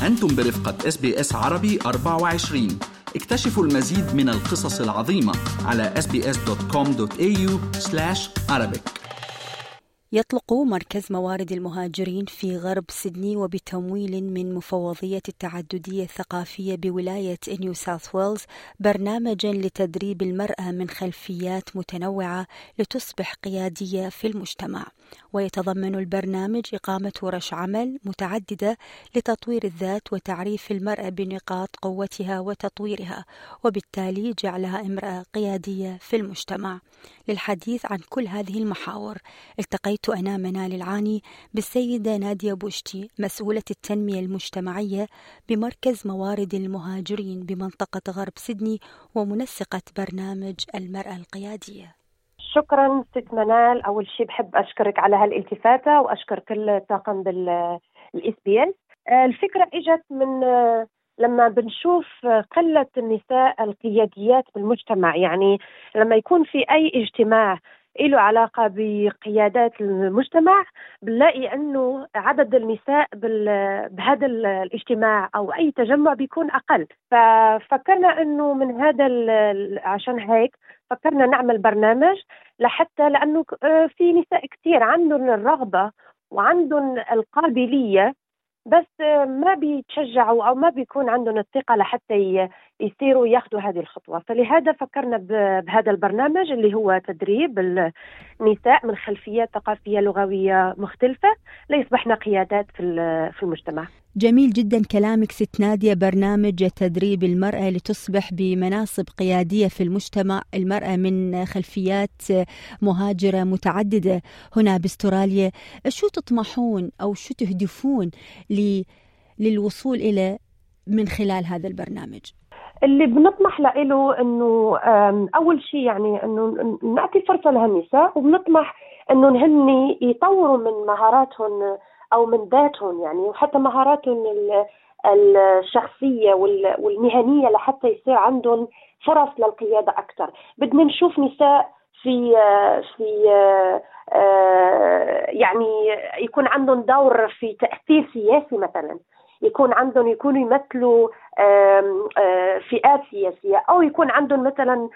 أنتم برفقة SBS عربي 24. اكتشفوا المزيد من القصص العظيمة على sbs.com.au/Arabic. يطلق مركز موارد المهاجرين في غرب سيدني وبتمويل من مفوضية التعددية الثقافية بولاية نيو ساوث ويلز برنامجا لتدريب المرأة من خلفيات متنوعة لتصبح قيادية في المجتمع، ويتضمن البرنامج إقامة ورش عمل متعددة لتطوير الذات وتعريف المرأة بنقاط قوتها وتطويرها، وبالتالي جعلها امرأة قيادية في المجتمع. للحديث عن كل هذه المحاور التقيت أنا منال العاني بالسيدة نادية بوشتي، مسؤولة التنمية المجتمعية بمركز موارد المهاجرين بمنطقة غرب سيدني ومنسقة برنامج المرأة القيادية. شكرا ست منال. أول شيء بحب أشكرك على هالالتفاتة وأشكر كل طاقم بالSBS. الفكرة إجت من لما بنشوف قلة النساء القياديات بالمجتمع، يعني لما يكون في أي اجتماع له علاقة بقيادات المجتمع بنلاقي أنه عدد النساء بهذا الاجتماع أو أي تجمع بيكون أقل. ففكرنا أنه من هذا عشان هيك فكرنا نعمل برنامج لأنه في نساء كتير عندهم الرغبة وعندهم القابلية، بس ما بيتشجعوا أو ما بيكون عندهم الثقة لحتى يصيروا ياخدوا هذه الخطوة. فلهذا فكرنا بهذا البرنامج اللي هو تدريب النساء من خلفيات ثقافية لغوية مختلفة ليصبحن قيادات في المجتمع. جميل جدا كلامك ست نادية. برنامج تدريب المرأة لتصبح بمناصب قيادية في المجتمع، المرأة من خلفيات مهاجرة متعددة هنا باستراليا. شو تطمحون أو شو تهدفون للوصول إلى من خلال هذا البرنامج؟ اللي بنطمح له انه اول شيء يعني انه نعطي فرصه لهالنساء، وبنطمح انه هن يطوروا من مهاراتهم او من ذاتهم، يعني وحتى مهاراتهم الشخصيه والمهنيه لحتى يصير عندهم فرص للقياده اكثر. بدنا نشوف نساء في يعني يكون عندهم دور في تاثير سياسي مثلا، يكونوا يمثلوا فئات سياسية، أو يكون عندهم مثلا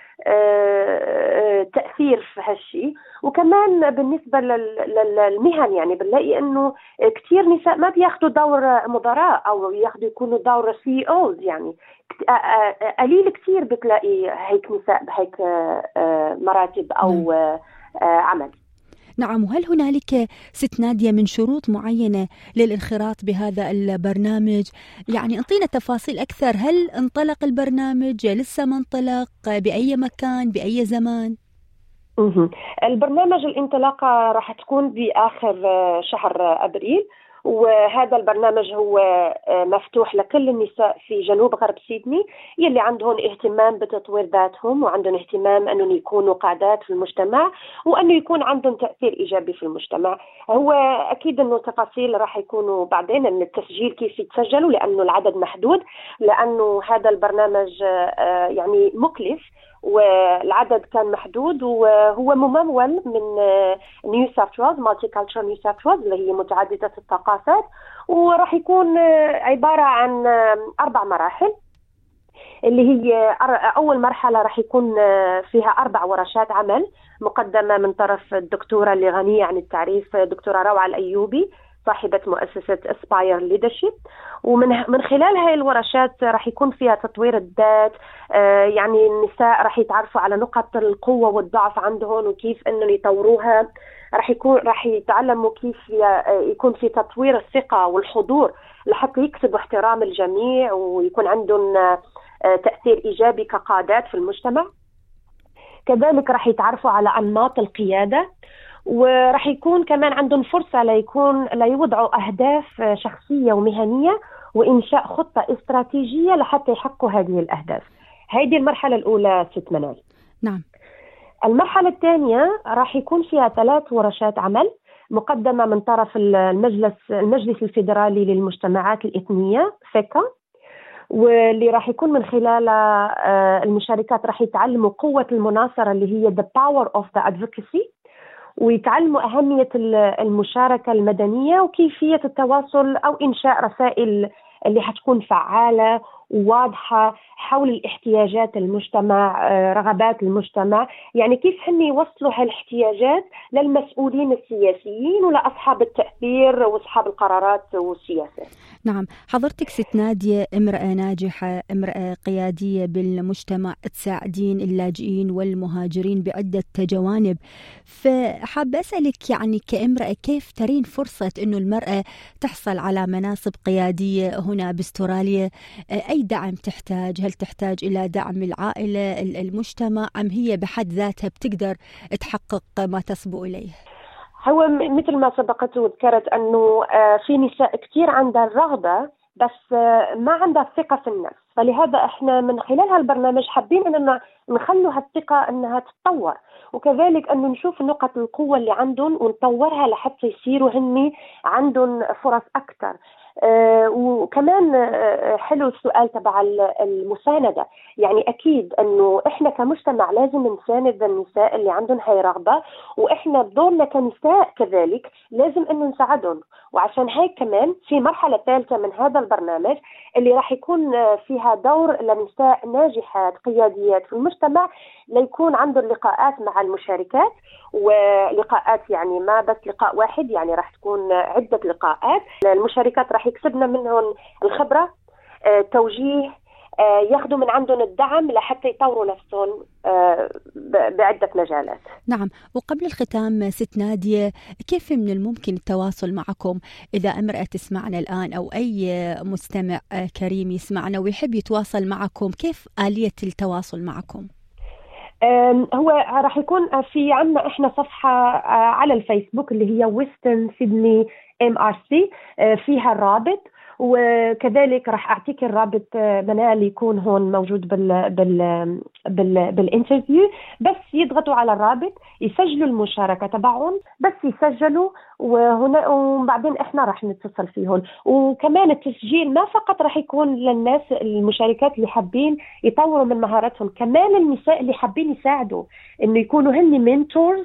تأثير في هالشيء. وكمان بالنسبة للمهن يعني بنلاقي أنه كتير نساء ما بياخدوا دور مدراء أو يكونوا دور CEOs، يعني قليل كتير بتلاقي هيك نساء بهيك مراتب أو عمل. نعم. وهل هنالك ست نادية من شروط معينة للانخراط بهذا البرنامج؟ يعني انطينا تفاصيل أكثر. هل انطلق البرنامج؟ لسه ما انطلق؟ بأي مكان؟ بأي زمان؟ البرنامج الانطلاقة راح تكون بآخر شهر أبريل، وهذا البرنامج هو مفتوح لكل النساء في جنوب غرب سيدني يلي عندهم اهتمام بتطوير ذاتهم وعندهم اهتمام أنهم يكونوا قادات في المجتمع وأنه يكون عندهم تأثير إيجابي في المجتمع. هو أكيد أنه تفاصيل راح يكونوا بعدين أن التسجيل كيف يتسجلوا، لأنه العدد محدود، لأنه هذا البرنامج يعني مكلف والعدد كان محدود، وهو ممول من نيو ساوث ويلز مالتي كالتشر نيو ساوث ويلز اللي هي متعددة الثقافات، وراح يكون عبارة عن 4 مراحل. اللي هي أول مرحلة راح يكون فيها 4 ورشات عمل مقدمة من طرف الدكتورة اللي غنية عن التعريف دكتورة روعة الأيوبي صاحبة مؤسسة Aspire Leadership. ومن خلال هاي الورشات راح يكون فيها تطوير الذات، يعني النساء راح يتعرفوا على نقط القوة والضعف عندهم وكيف انهم يطوروها. راح يتعلموا كيف يكون في تطوير الثقة والحضور لحتى يكسبوا احترام الجميع ويكون عندهم تأثير إيجابي كقادات في المجتمع. كذلك راح يتعرفوا على أنماط القيادة، وراح يكون كمان عندهم فرصة ليوضعوا أهداف شخصية ومهنية وإنشاء خطة استراتيجية لحتى يحققوا هذه الأهداف. هذه المرحلة الأولى ست منال. نعم. المرحلة الثانية راح يكون فيها 3 ورشات عمل مقدمة من طرف المجلس الفيدرالي للمجتمعات الإثنية فيكا، واللي راح يكون من خلال المشاركات راح يتعلموا قوة المناصرة اللي هي the power of the advocacy، ويتعلموا أهمية المشاركة المدنية وكيفية التواصل أو إنشاء رسائل اللي حتكون فعالة وواضحة حول الاحتياجات المجتمع، رغبات المجتمع، يعني كيف هن يوصلوا هالاحتياجات للمسؤولين السياسيين ولأصحاب التأثير وأصحاب القرارات والسياسة. نعم، حضرتك ست نادية امرأة ناجحة، امرأة قيادية بالمجتمع، تساعدين اللاجئين والمهاجرين بعدة جوانب، فحابة أسألك يعني كامرأة كيف ترين فرصة أنه المرأة تحصل على مناصب قيادية هنا باستراليا؟ أي دعم تحتاج؟ هل تحتاج إلى دعم العائلة، المجتمع، أم هي بحد ذاتها بتقدر تحقق ما تصبو إليه؟ هو مثل ما سبقت وذكرت أنه في نساء كتير عندها الرغبة بس ما عندها الثقة في النفس، فلهذا احنا من خلال هالبرنامج حابين أننا نخلوا هالثقة أنها تتطور، وكذلك أنه نشوف نقط القوة اللي عندهم ونطورها لحتى يصيروا هني عندهم فرص أكثر. وكمان حلو السؤال تبع المساندة، يعني أكيد أنه إحنا كمجتمع لازم نساند النساء اللي عندهم هاي رغبة، وإحنا بدورنا كنساء كذلك لازم أنه نساعدهم. وعشان هيك كمان في مرحلة ثالثة من هذا البرنامج اللي راح يكون فيها دور لنساء ناجحات قياديات في المجتمع، ليكون عندهم لقاءات مع المشاركات، ولقاءات يعني ما بس لقاء واحد، يعني راح تكون عدة لقاءات. المشاركات راح يكسبنا منهم الخبرة، توجيه، ياخذوا من عندهم الدعم لحتى يطوروا نفسهم بعدة مجالات. نعم، وقبل الختام ست نادية، كيف من الممكن التواصل معكم إذا امرأة تسمعنا الآن أو أي مستمع كريم يسمعنا ويحب يتواصل معكم؟ كيف آلية التواصل معكم؟ هو راح يكون في عنا احنا صفحة على الفيسبوك اللي هي Western Sydney MRC، فيها الرابط، وكذلك راح أعطيك الرابط منال يكون هون موجود بالانترفيو، بس يضغطوا على الرابط يسجلوا المشاركة تبعهم، بس يسجلوا وهنا وبعدين احنا راح نتصل فيهم. وكمان التسجيل ما فقط راح يكون للناس المشاركات اللي حابين يطوروا من مهاراتهم، كمان النساء اللي حابين يساعدوا انه يكونوا هن منتورز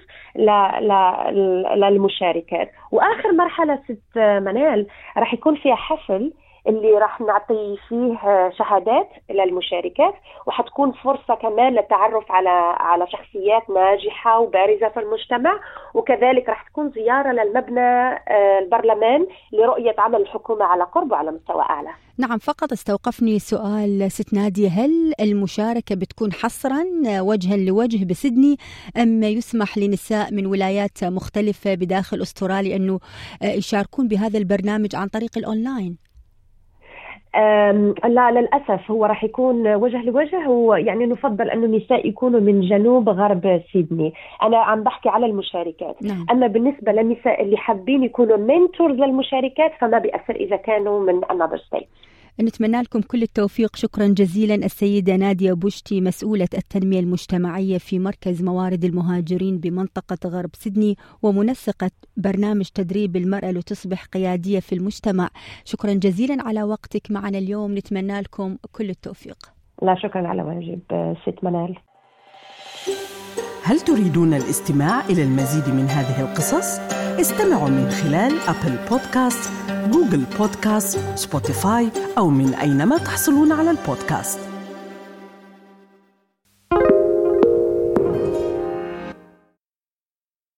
للمشاركات. واخر مرحلة ست منال راح يكون فيها حفل اللي راح نعطي فيه شهادات للمشاركات، وحتكون فرصة كمان للتعرف على شخصيات ناجحة وبارزة في المجتمع، وكذلك راح تكون زيارة للمبنى البرلمان لرؤية عمل الحكومة على قرب وعلى مستوى أعلى. نعم، فقط استوقفني سؤال ست نادية، هل المشاركة بتكون حصرا وجها لوجه بسيدني، أم يسمح لنساء من ولايات مختلفة بداخل أستراليا أنه يشاركون بهذا البرنامج عن طريق الأونلاين؟ لا للأسف هو راح يكون وجه لوجه، ويعني نفضل أنه النساء يكونوا من جنوب غرب سيدني. أنا عم بحكي على المشاركات. نعم. أما بالنسبة للنساء اللي حابين يكونوا منتورز للمشاركات فما بيأثر إذا كانوا من another state. نتمنى لكم كل التوفيق. شكرا جزيلا السيدة نادية بوشتي، مسؤولة التنمية المجتمعية في مركز موارد المهاجرين بمنطقة غرب سيدني ومنسقة برنامج تدريب المرأة لتصبح قيادية في المجتمع. شكرا جزيلا على وقتك معنا اليوم، نتمنى لكم كل التوفيق. لا شكرا على واجب ست منال. هل تريدون الاستماع إلى المزيد من هذه القصص؟ استمعوا من خلال أبل بودكاست، جوجل بودكاست، سبوتيفاي أو من أينما تحصلون على البودكاست.